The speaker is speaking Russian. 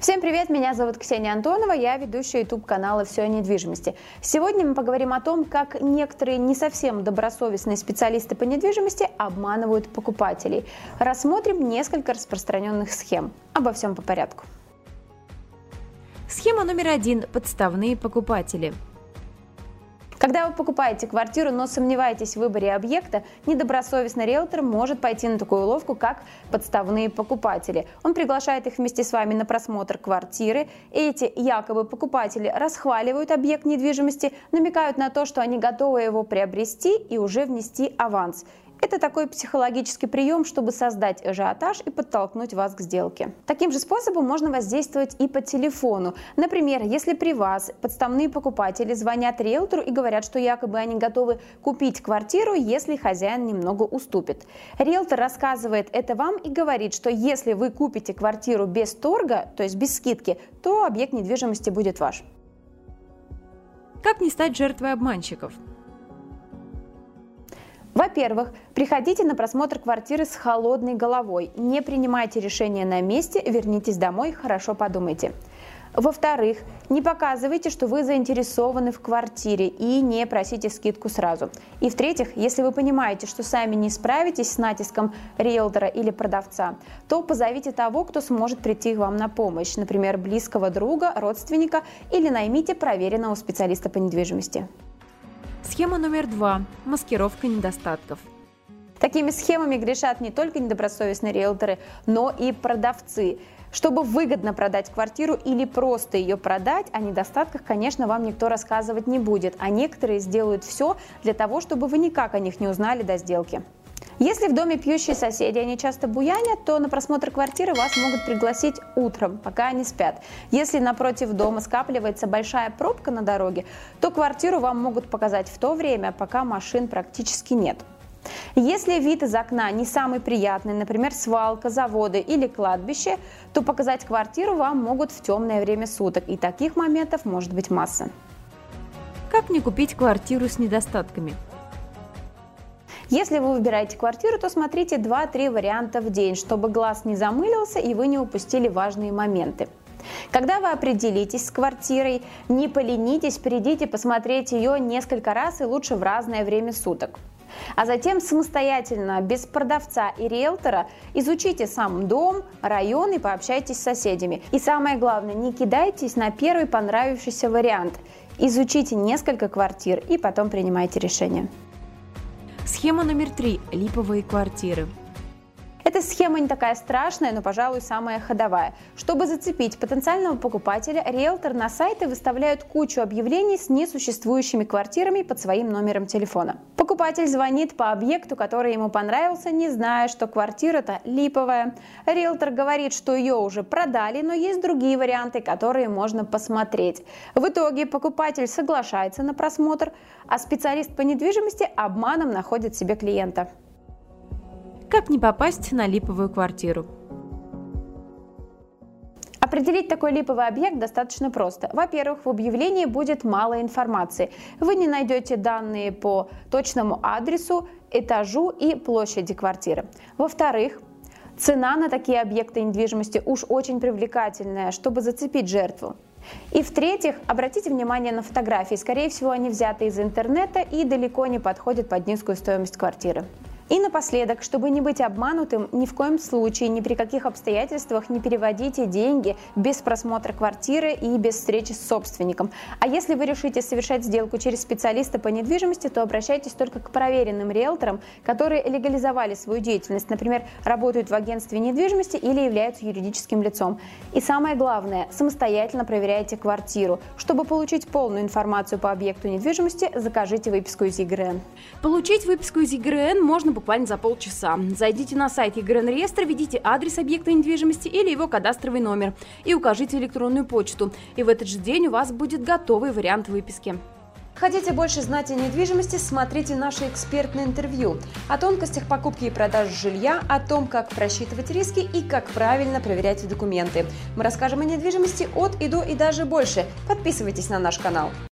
Всем привет, меня зовут Ксения Антонова, я ведущая YouTube-канала «Все о недвижимости». Сегодня мы поговорим о том, как некоторые не совсем добросовестные специалисты по недвижимости обманывают покупателей. Рассмотрим несколько распространенных схем. Обо всем по порядку. Схема номер 1. Подставные покупатели. Когда вы покупаете квартиру, но сомневаетесь в выборе объекта, недобросовестный риэлтор может пойти на такую уловку, как подставные покупатели. Он приглашает их вместе с вами на просмотр квартиры. Эти якобы покупатели расхваливают объект недвижимости, намекают на то, что они готовы его приобрести и уже внести аванс. Это такой психологический прием, чтобы создать ажиотаж и подтолкнуть вас к сделке. Таким же способом можно воздействовать и по телефону. Например, если при вас подставные покупатели звонят риэлтору и говорят, что якобы они готовы купить квартиру, если хозяин немного уступит. Риэлтор рассказывает это вам и говорит, что если вы купите квартиру без торга, то есть без скидки, то объект недвижимости будет ваш. Как не стать жертвой обманщиков? Во-первых, приходите на просмотр квартиры с холодной головой. Не принимайте решения на месте, вернитесь домой, хорошо подумайте. Во-вторых, не показывайте, что вы заинтересованы в квартире и не просите скидку сразу. И в-третьих, если вы понимаете, что сами не справитесь с натиском риэлтора или продавца, то позовите того, кто сможет прийти вам на помощь, например, близкого друга, родственника или наймите проверенного специалиста по недвижимости. Схема номер 2. Маскировка недостатков. Такими схемами грешат не только недобросовестные риэлторы, но и продавцы. Чтобы выгодно продать квартиру или просто ее продать, о недостатках, конечно, вам никто рассказывать не будет, а некоторые сделают все для того, чтобы вы никак о них не узнали до сделки. Если в доме пьющие соседи, они часто буянят, то на просмотр квартиры вас могут пригласить утром, пока они спят. Если напротив дома скапливается большая пробка на дороге, то квартиру вам могут показать в то время, пока машин практически нет. Если вид из окна не самый приятный, например, свалка, заводы или кладбище, то показать квартиру вам могут в темное время суток, и таких моментов может быть масса. Как не купить квартиру с недостатками? Если вы выбираете квартиру, то смотрите 2-3 варианта в день, чтобы глаз не замылился и вы не упустили важные моменты. Когда вы определитесь с квартирой, не поленитесь, придите посмотреть ее несколько раз и лучше в разное время суток. А затем самостоятельно, без продавца и риэлтора, изучите сам дом, район и пообщайтесь с соседями. И самое главное, не кидайтесь на первый понравившийся вариант. Изучите несколько квартир и потом принимайте решение. Схема номер 3. Липовые квартиры. Эта схема не такая страшная, но, пожалуй, самая ходовая. Чтобы зацепить потенциального покупателя, риэлтор на сайты выставляют кучу объявлений с несуществующими квартирами под своим номером телефона. Покупатель звонит по объекту, который ему понравился, не зная, что квартира-то липовая. Риэлтор говорит, что ее уже продали, но есть другие варианты, которые можно посмотреть. В итоге покупатель соглашается на просмотр, а специалист по недвижимости обманом находит себе клиента. Как не попасть на липовую квартиру? Определить такой липовый объект достаточно просто. Во-первых, в объявлении будет мало информации. Вы не найдете данные по точному адресу, этажу и площади квартиры. Во-вторых, цена на такие объекты недвижимости уж очень привлекательная, чтобы зацепить жертву. И в-третьих, обратите внимание на фотографии. Скорее всего, они взяты из интернета и далеко не подходят под низкую стоимость квартиры. И напоследок, чтобы не быть обманутым, ни в коем случае, ни при каких обстоятельствах не переводите деньги без просмотра квартиры и без встречи с собственником. А если вы решите совершать сделку через специалиста по недвижимости, то обращайтесь только к проверенным риэлторам, которые легализовали свою деятельность, например, работают в агентстве недвижимости или являются юридическим лицом. И самое главное, самостоятельно проверяйте квартиру. Чтобы получить полную информацию по объекту недвижимости, закажите выписку из ЕГРН. Получить выписку из ЕГРН можно буквально за полчаса. Зайдите на сайт ЕГРН-реестра, введите адрес объекта недвижимости или его кадастровый номер и укажите электронную почту. И в этот же день у вас будет готовый вариант выписки. Хотите больше знать о недвижимости? Смотрите наше экспертное интервью о тонкостях покупки и продажи жилья, о том, как просчитывать риски и как правильно проверять документы. Мы расскажем о недвижимости от и до и даже больше. Подписывайтесь на наш канал.